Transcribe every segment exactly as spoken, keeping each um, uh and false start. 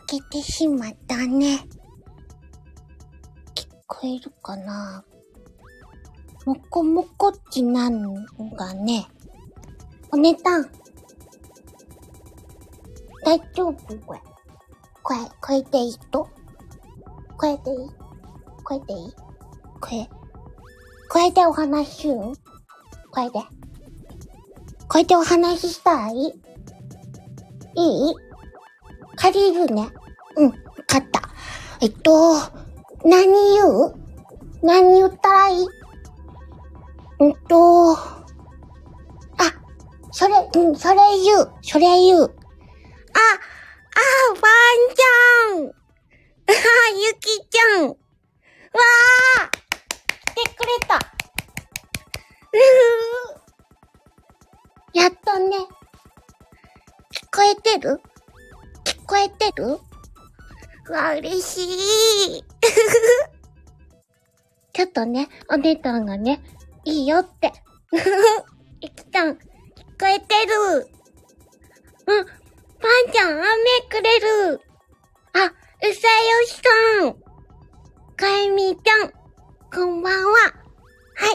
けてしまったね。聞こえるかな？もこもこっちなのがね。おねたん。大丈夫これ。声、声でいいと？声でいい？声でいい？声。声でお話しする？声で。声でお話ししたい？いい？借りるね。うん、買った。えっと、何言う？何言ったらいい？うんと、あ、それ、うん、それ言う。それ言う。あ、あ、ワンちゃん。あ、ゆきちゃん。わー、来てくれた。うー。やっとね。聞こえてる？聞こえてる？わ、嬉しい。ちょっとね、お姉たんがね、いいよって。ゆきちゃん、聞こえてる。うん、パンちゃん、飴くれる。あ、うさよしさん。かえみちゃん、こんばんは。はい、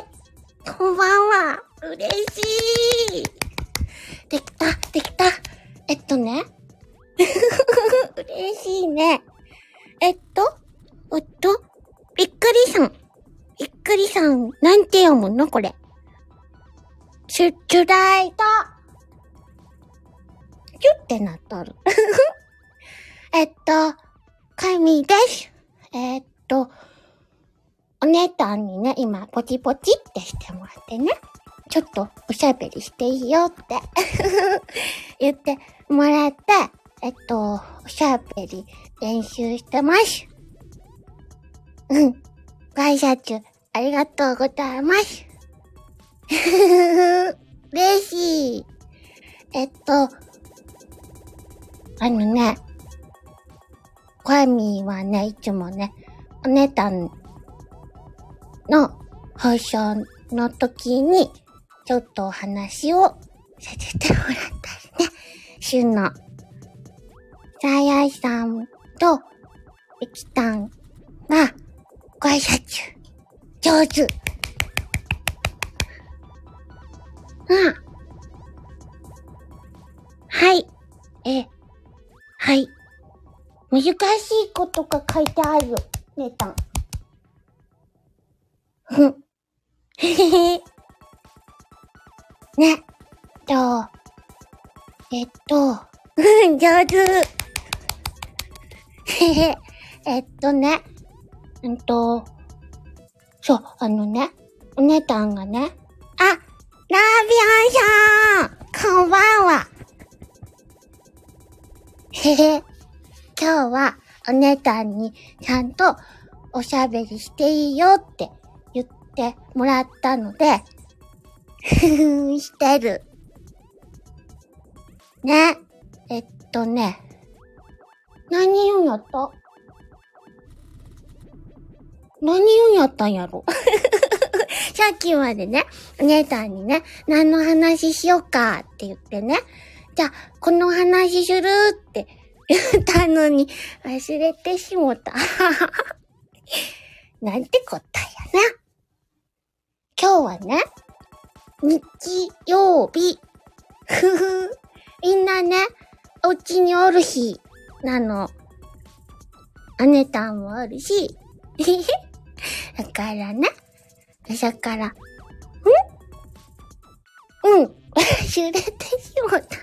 こんばんは。嬉しい。できた、できた。えっとね。嬉しいね。えっと、おっと、びっくりさん。びっくりさん、なんて読むのこれ。シュッチュライト。キュってなっとる。えっと、かみです。えっと、お姉たんにね、今、ポチポチってしてもらってね。ちょっとおしゃべりしていいよって言ってもらって、えっと、おしゃべり練習してます。うん。会社中、ありがとうございます。嬉しい。えっと、あのね、コアミーはね、いつもね、お姉たんの放送の時に、ちょっとお話をさせてもらったりね。しゅんの、さやいさんと、ゆきたんが、ご挨拶、上手。うん。はい。え、はい。難しいことが書いてある。ねたん。ふん。へへへ。ね。と、えっと、うん、上手。へへ。えっとね。うんと、そう、あのね、お姉たんがね、あ、ラービアンさん、こんばんは。へへ。今日はお姉たんにちゃんとおしゃべりしていいよって言ってもらったので、ふふんしてる。ね。えっとね、何言うんやった何言うんやったんやろさっきまでね、お姉さんにね、何の話しようかって言ってね、じゃあ、この話するって言ったのに忘れてしもた。なんてこったやな。今日はね、日曜日。ふふ。みんなね、お家におる日なの。姉たんもおるし。だからね、朝から、んうん。忘れてしもた。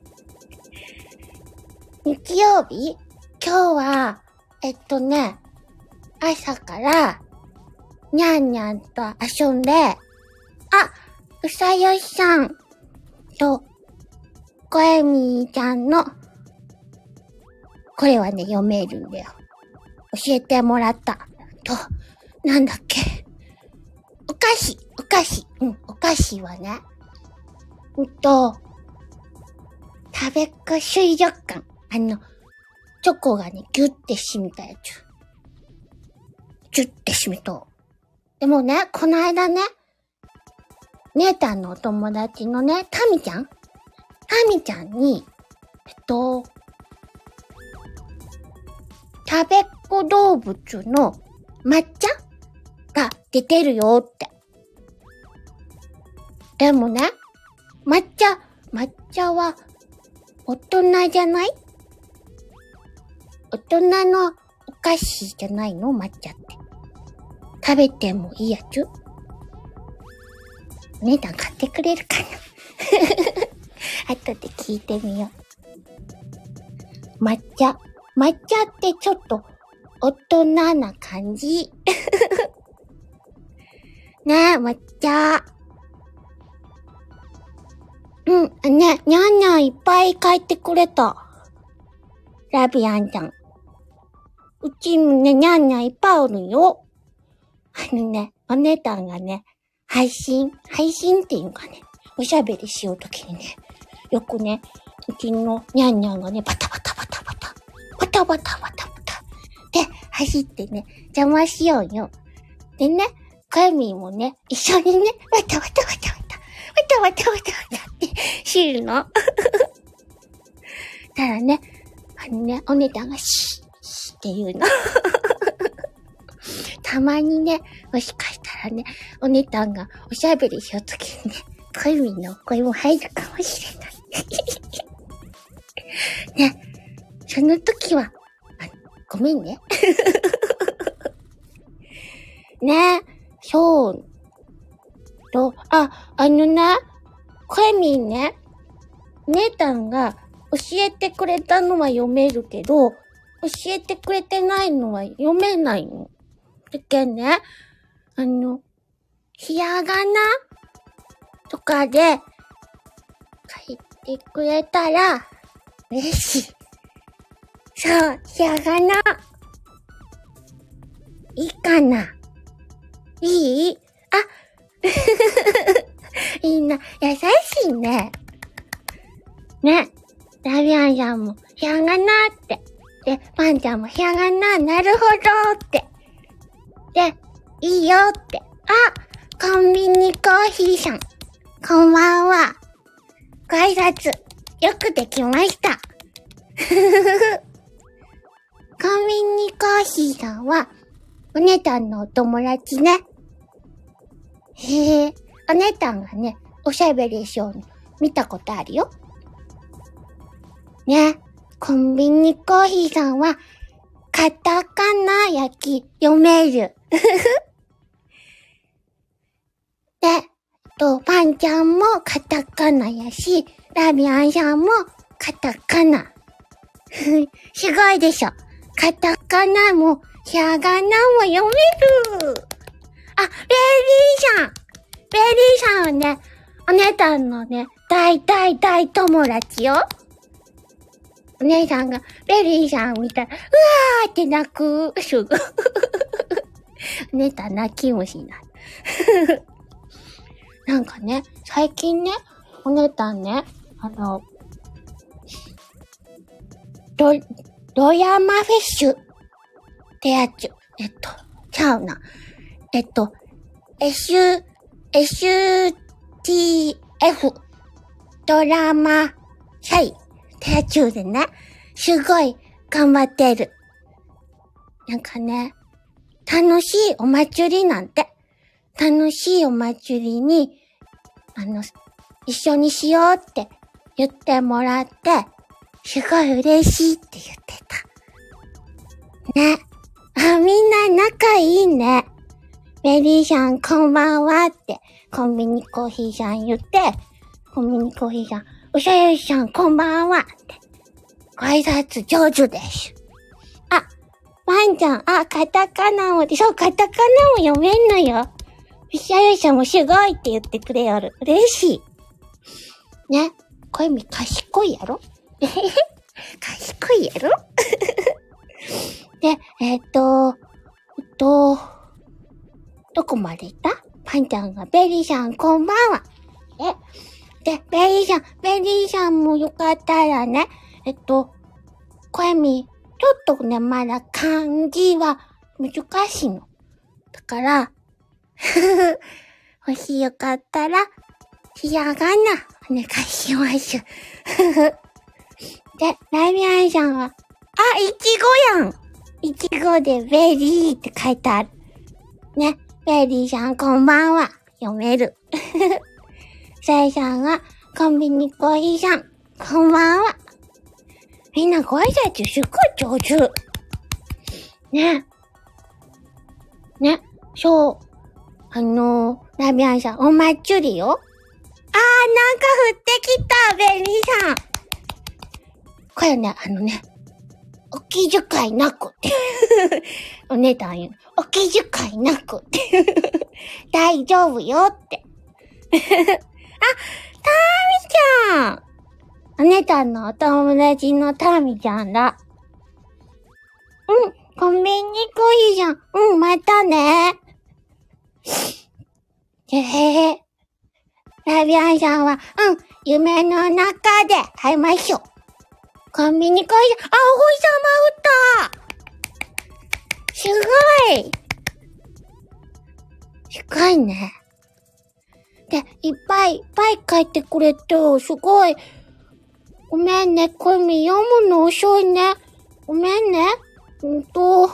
日曜日？今日は、えっとね、朝から、にゃんにゃんと遊んで、あ、うさよしさんと、こえみーちゃんの、これはね、読めるんだよ。教えてもらった。と、なんだっけ。お菓子、お菓子、うん、お菓子はね、うんと、食べっか水族館。あの、チョコがね、ギュッて染みたやつ。ギュッて染みと。でもね、この間ね、姉たんのお友達のね、タミちゃんタミちゃんに、えっと、 食べっ子動物の抹茶が出てるよって。でもね、抹茶、抹茶は大人じゃない？大人のお菓子じゃないの？抹茶って。食べてもいいやつ？お値段買ってくれるかな後で聞いてみよう。抹茶。抹茶ってちょっと大人な感じ。ねえ、抹茶。うん、ね、にゃんにゃんいっぱい書いてくれた。ラビアンちゃん。うちもね、にゃんにゃんいっぱいあるよ。あのね、お姉たんがね、配信、配信っていうかね、おしゃべりしようときにね、よくね、うちのにゃんにゃんがね、バタバタバタバタ、バタバタバタバタ、で、走ってね、邪魔しようよ。でね、カエミーもね、一緒にね、バタバタバタバタ、バタバタバタバタって知るの。たらね、あのね、お姉たんがシーッ、シーって言うの。たまにね、もしかしたらね、お姉たんがおしゃべりしようときにね、カエミーの声も入るかもしれない。ね、その時は、あ、ごめんね。ね、そう。と、あ、あのね、カエミーね、姉たんが教えてくれたのは読めるけど、教えてくれてないのは読めないの。だけどね、あの、ひらがなとかで書いてくれたら嬉しい。そう、ひらがな。いいかないい？あ、みんな優しいね。ね。ラビアンちゃんもひらがなって。で、パンちゃんもひらがな、なるほどって。で、いいよって。あ、コンビニコーヒーさん。こんばんは。ご挨拶、よくできました。コンビニコーヒーさんは、お姉たんのお友達ね。へえ、お姉たんがね、おしゃべりしようの見たことあるよ。ね、コンビニコーヒーさんは、カタカナ焼き読める。で、と、パンちゃんもカタカナやし、ラビアンさんもカタカナ。すごいでしょ。カタカナも、ひらがなも読める。あ、ベリーさん。ベリーさんはね、お姉さんのね、大大大友達よ。お姉さんがベリーさん見たら、うわーって泣く。すぐ。お姉さん泣き虫になる。なんかね、最近ね、お姉さんね、あの、ド、ドヤマフェッシュってやつ。えっと、ちゃうな。えっと、S、エスティーエフ ドラマシャイってやつでね、すごい頑張ってる。なんかね、楽しいお祭りなんて、楽しいお祭りに、あの、一緒にしようって言ってもらって、すごい嬉しいって言ってた。ね。あ、みんな仲いいね。ベリーさんこんばんはって、コンビニコーヒーさん言って、コンビニコーヒーさん、おしゃよしさんこんばんはって、ご挨拶上手です。あ、ワンちゃん、あ、カタカナも、そう、カタカナも読めんのよ。おしゃよしさんもすごいって言ってくれよる。嬉しい。ね、これみ賢いやろえへへ賢いやろで、えっと、えっと、どこまで行った？パンちゃんが、ベリーさんこんばんは。え、で、ベリーさん、ベリーさんもよかったらね、えっと、こえみ、ちょっとね、まだ漢字は難しいの。だから、もしよかったら、ひらがな、お願いします。で、ライビアンさんは、あ、いちごやん。 いちごでベリーって書いてある。ね。ベリーさんこんばんは。読める。さえさんは、コンビニコーヒーさん、こんばんは。みんなご挨拶すっごい上手。ね。ね。そう。あのー、ラビアンさん、お祭りよ。あー、なんか降ってきた、ベリーさん。これね、あのね、お気遣いなくって。お姉さん言う。お気遣いなくって。大丈夫よって。あ、ターミちゃん。お姉さんのお友達のターミちゃんだ。うん、コンビニコーヒーじゃん。うん、またね。へへへ。ラビアンさんは、うん、夢の中で会いましょう。コンビニコーヒー、あ、お星様打ったすごいすごいね。で、いっぱいいっぱい書いてくれて、すごい。ごめんね、これ読むの遅いね。ごめんね。うんと、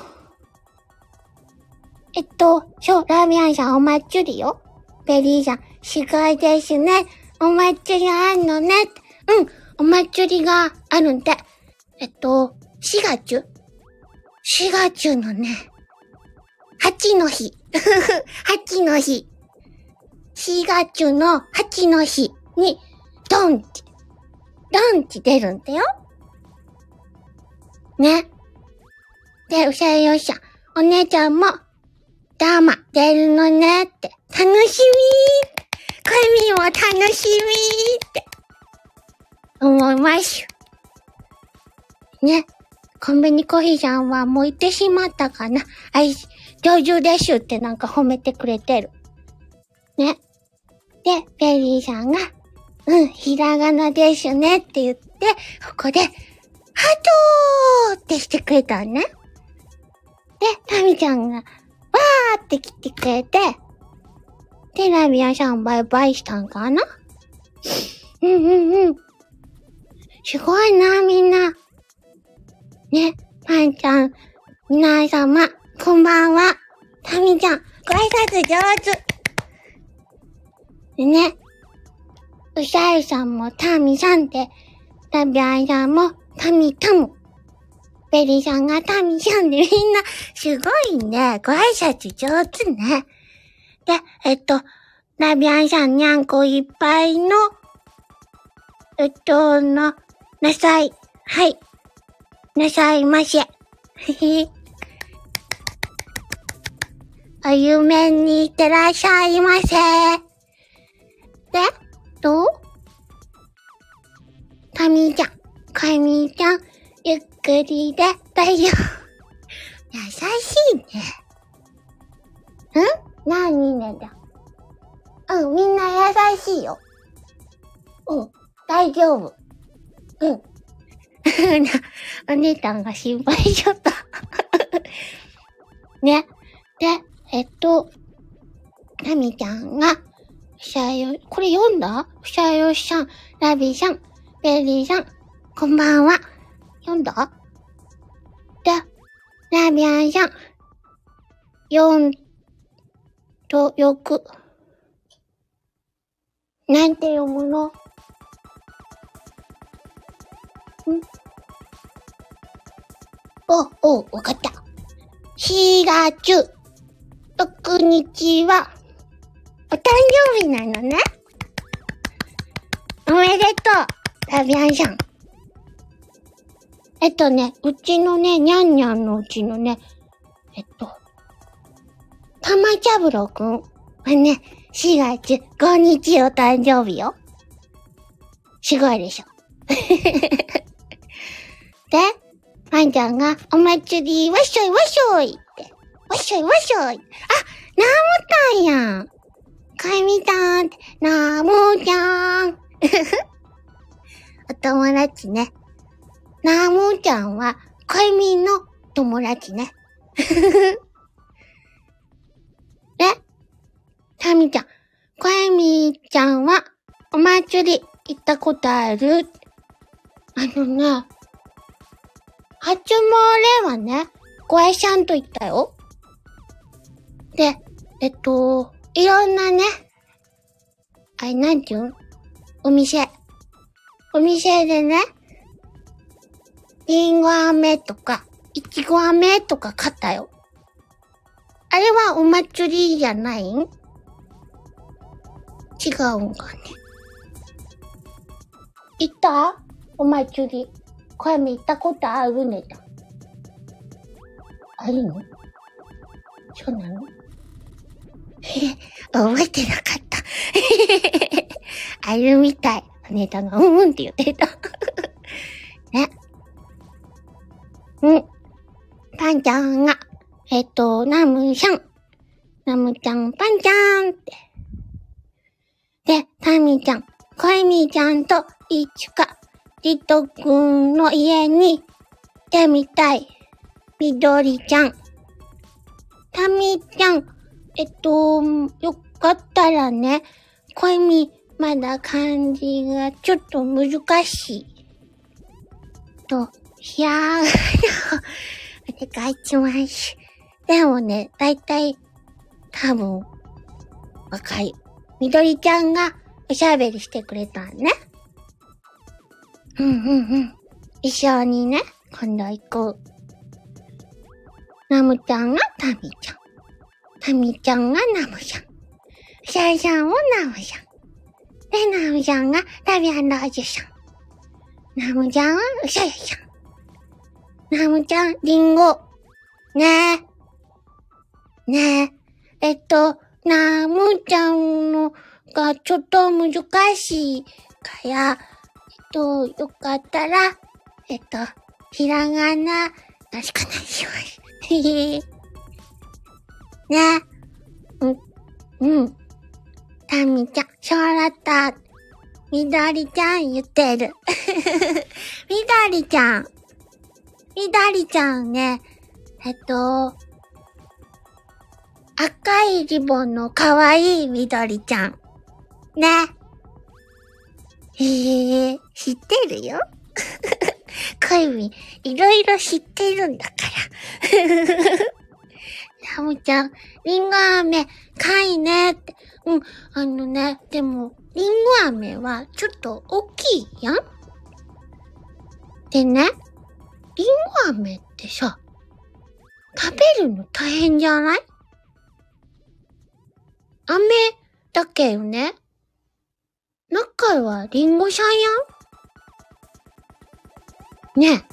えっと、そう、ラーメン屋さんお祭りよ。ベリーさん、すごいですね。お祭りあんのね。うん、お祭りがあるんで。えっと、しがつ ?しがつのね、はちの日。はちの日。しがつのはちの日に、ドンチ、ドンチ出るんだよ。ね。で、うさよしゃん、お姉ちゃんも、どうも、出るのねって、楽しみーコイミも楽しみーって思います。ね。コンビニコーヒーさんはもう行ってしまったかな。あい、上手ですってなんか褒めてくれてる。ね。で、ベリーさんが、うん、ひらがなですねって言って、ここで、ハトーってしてくれたね。で、タミちゃんが、わーって来てくれて、で、ラビアさんバイバイしたんかな？うんうんうん。すごいな、みんな。ね、パンちゃん、皆様、こんばんは。タミちゃん、ご挨拶上手。でね、うさいさんもタミさんで、ラビアさんもタミタム。ベリーさんがタミさんでみんな、すごいね。ご挨拶上手ね。で、えっと、ラビアさんにゃんこいっぱいの、えっと、の、なさい。はい。なさいませ。へへ。お夢にいってらっしゃいませ。で、どう？タミちゃん、カイミちゃん、ゆっくりで大丈夫。優しいね。ん？なにねだ。うん、みんな優しいよ。うん、大丈夫。うん。お姉さんが心配しちゃった。ね。で、えっと、タミちゃんが、ふさよ、これ読んだ？ふさよしさん、ラビさん、ベリーさん、こんばんは。読んだ？で、ラビアンさん、読んとよく、なんて読むの？ん？お、お、わかった。しがつろくにちは、お誕生日なのね。おめでとう、ラビアンさん。えっとね、うちのね、にゃんにゃんのうちのね、えっと、たまちゃぶろくんはね、しがつごにちお誕生日よ。すごいでしょ。で、パンちゃんが、お祭り、わっしょいわっしょいって、わっしょいわっしょい。あ、なむたんやん。かいみたんって、なむちゃん。お友達ね。なむちゃんは、かいみの友達ね。で、タミちゃん、かいみちゃんは、お祭り行ったことある？あのね、初詣はね、 ごあいさんと行ったよ。で、えっと、いろんなね、あれなんていうの？お店。お店でね、リンゴ飴とか、いちご飴とか買ったよ。あれはお祭りじゃないん？違うんかね。行った？お祭り。これも行ったことあるねだ。あるの？そうなの？覚えてなかった。あるみたい。姉たがうんうんって言ってた。ね。うん。パンちゃんが、えっと、ナムシャン。ナムちゃん、パンちゃんって。で、タミちゃん、コエミちゃんとイチカ、リトくんの家に行ってみたい。みどりちゃん。タミちゃん、えっと、よかったらね、コエミ、まだ漢字がちょっと難しい。と、いやー、お願いします。でもね、だいたい、多分、わかる。みどりちゃんがおしゃべりしてくれたんね。うんうんうん。一緒にね、今度行こう。ナムちゃんがタミちゃん。タミちゃんがナムちゃん。シャイシャンもナムちゃん。で、ナムちゃんがタビアンロージュさん。ナムちゃんはウシャヤちゃん。ナムちゃん、リンゴ。ねえ。ねえ。えっと、ナムちゃんのがちょっと難しいから、えっと、よかったら、えっと、ひらがな、よろしくお願いします。へへ。ね。うん、うん。タミちゃん、そうだった。みどりちゃん言ってる。みどりちゃん。みどりちゃんね、えっと、赤いリボンのかわいいみどりちゃん。ね。へえ、知ってるよ。こいみ、いろいろ知ってるんだから。タムちゃん、リンゴ飴、かいねって。うん、あのね、でも、リンゴ飴はちょっと大きいやん。でね、リンゴ飴ってさ、食べるの大変じゃない？飴だけよね。中はリンゴさんやん。ね。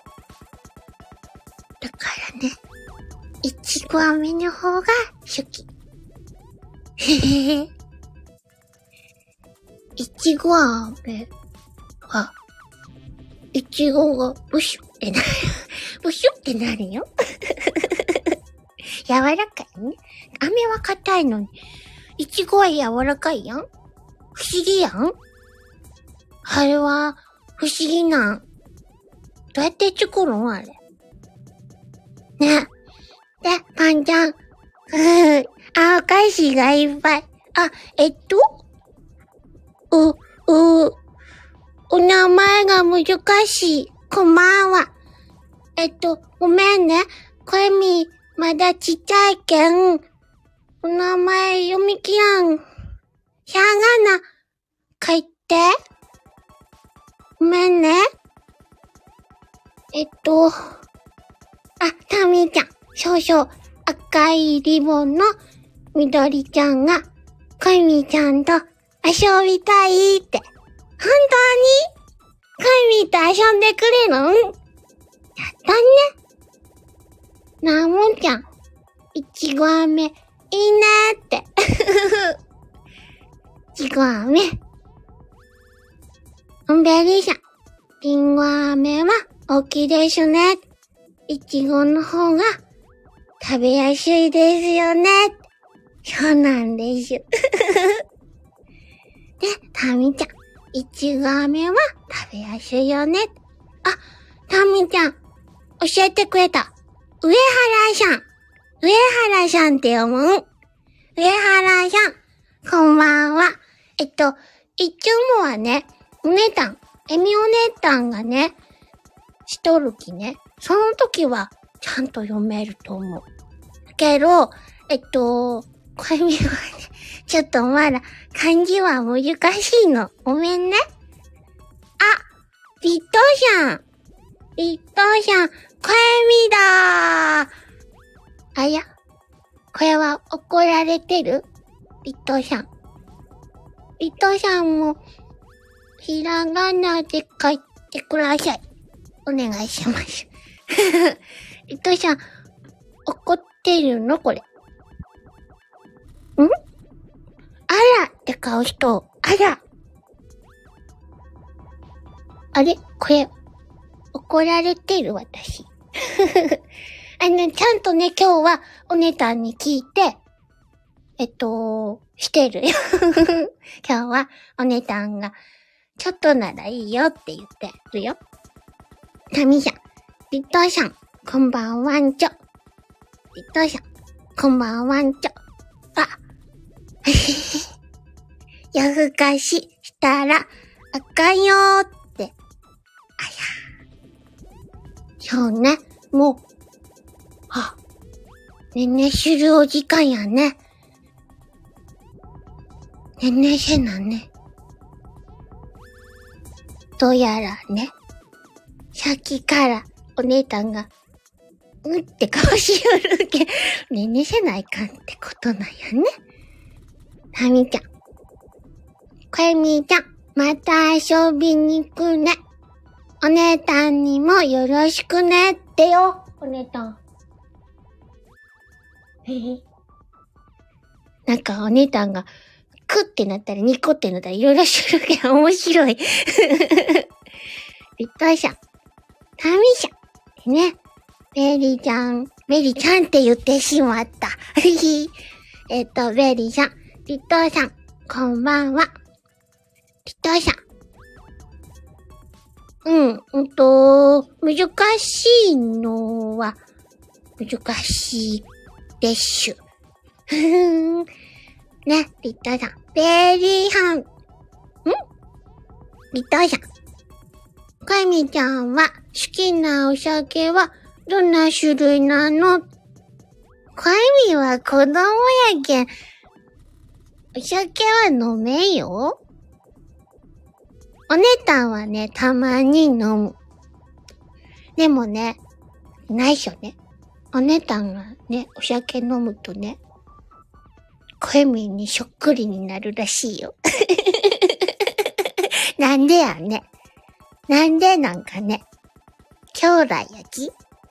だからね、いちご飴の方が好き。へへへ。いちご飴は、いちごがブシュってなる。ブシュってなるよ。柔らかいね。飴は硬いのに、いちごは柔らかいやん。不思議やん。あれは、不思議なん。どうやって作るんあれ。ね。で、パンちゃん。うー、あ、お菓子がいっぱい。あ、えっとう、う、お名前が難しい。こんばんは。えっと、ごめんね。こえみ、まだちっちゃいけん。お名前読みきらん。ひゃがな、書いて。ごめんね。えっと、あ、タミちゃん。少々、赤いリボンのみどりちゃんが、こえみちゃんと遊びたいって。本当に？こえみと遊んでくれるの？やったね。なもんちゃん、いちご飴、いいねーって。いちご飴。おんべりさん、りんご飴は大きいですね。いちごの方が食べやすいですよね。そうなんです。で、タミちゃん、いちご飴は食べやすいよね。あ、タミちゃん、教えてくれた。上原さん。上原さんって読む？上原さん、こんばんは。えっと、いつもはね、お姉たん、エミお姉たんがね、しとるきね。その時はちゃんと読めると思う。けど、えっと、これはね、ちょっとまだ漢字は難しいの。ごめんね。あ、リットさん。リットさん、これみだー。あや、これは怒られてる？リットさん。リットさんも、ひらがなで書いてください。お願いします。リットさん、怒ってるのこれ。ん？あらって顔しと、あら。あれこれ、怒られてる私。あの、ちゃんとね、今日はお姉たんに聞いて、えっと、してるよ。今日はお姉たんが、ちょっとならいいよって言ってるよ。タミさん、リットーさん、こんばんはんちょ。リットーさん、こんばんはんちょ。あ、夜更かししたらあかんよーって。あや。そうね、もう、あ、ねんねするお時間やね。ねんねせなね。どうやらね、さっきからお姉たんが、うんって顔しよるけ、ねんねせないかんってことなんやね。はみちゃん。こえみちゃん、また遊びに行くね。お姉たんにもよろしくねってよ、お姉たん。へへ。なんかお姉たんが、クってなったりニコってなったりいろいろするけど面白い。リットーさん、タミさん、ね、ベリーちゃん、ベリーちゃんって言ってしまった。えっと、ベリーさん、リットーさん、こんばんは。リットーさん。うん、うんと、難しいのは、難しいでしゅ。ふふん。ね、リットーさん。ベリーハン。んリットーさん。かいみちゃんは好きなお酒はどんな種類なの？かいみは子供やけん、お酒は飲めんよ。お姉たんはね、たまに飲む。でもね、ないしょね。お姉たんがね、お酒飲むとね、かいみにそっくりになるらしいよ。なんでやね。なんでなんかね。兄弟やき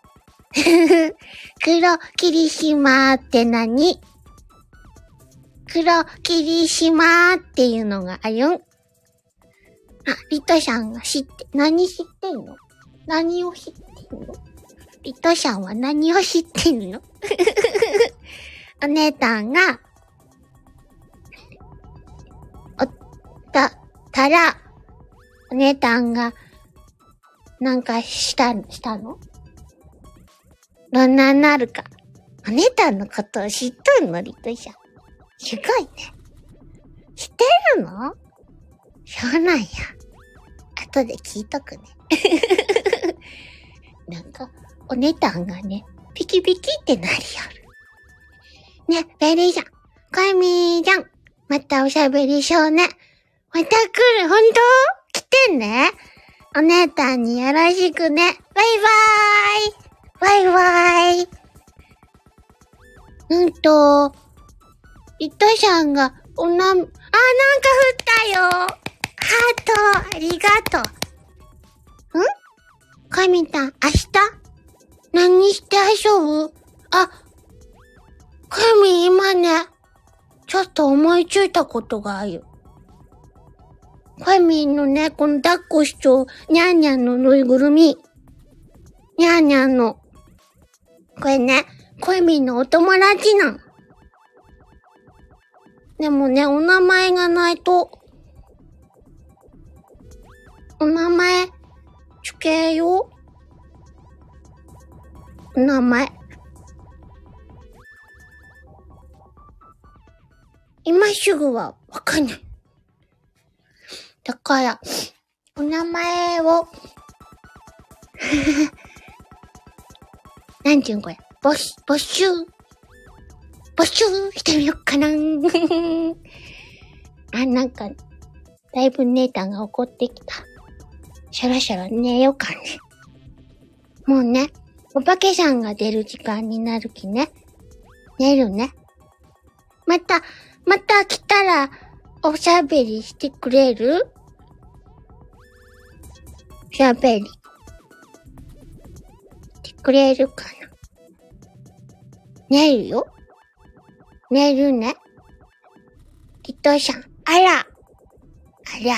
黒霧島って何？黒霧島っていうのがあるん。あ、リトさんが知って、何知ってんの？何を知ってんの？リトさんは何を知ってんの？お姉たんが、おったたら、お姉たんが、なんかした、したの？どんなになるか。お姉たんのことを知っとんの？リトさん。すごいね。知ってるの？そうなんや。後で聞いとくね。なんか、お姉たんがね、ピキピキってなりよる。ね、ベリーちゃん、かいみーちゃん、またおしゃべりしようね。また来る、ほんと？来てね。お姉たんによろしくね。バイバーイ。バイバイ。うんと、リットさんがおな、あ、なんか降ったよ。ハート、ありがとう。ん？かみたん、明日？何して遊ぶ？あ、かみ今ね、ちょっと思いついたことがある。かみのね、この抱っこしちゃう、にゃんにゃんのぬいぐるみ。にゃんにゃんの。これね、かみのお友達なん。でもね、お名前がないと、お名前、つけよう。お名前。今すぐはわかんない。だから、お名前を、 なんちゅうんこれ。ボシ、ボッシュー。ボッシューしてみよっかなー。あ、なんか、だいぶ姉たんが怒ってきた。しゃらしゃら寝ようかね。もうね、お化けさんが出る時間になるきね。寝るね。また、また来たら、おしゃべりしてくれる？おしゃべり。してくれるかな？寝るよ。寝るね。きっとさん、あら。あら。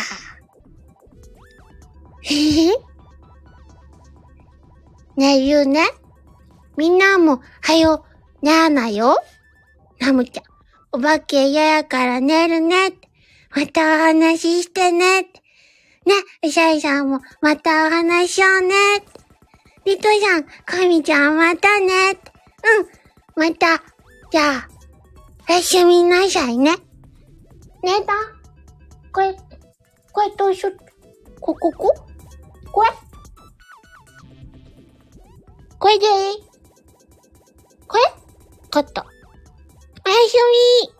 へへ。寝るね。みんなも、はよ、寝やなよ。ナムちゃん、お化け嫌やから寝るねって。またお話ししてねって。ね、うさいさんもまたお話しようねって。リトさん、カミちゃんまたねって。うん、また。じゃあ、おやすみなさいね。寝た？これ、これどうしよう。こ、ここ？これ？これでいい？これ？勝った。おやすみ。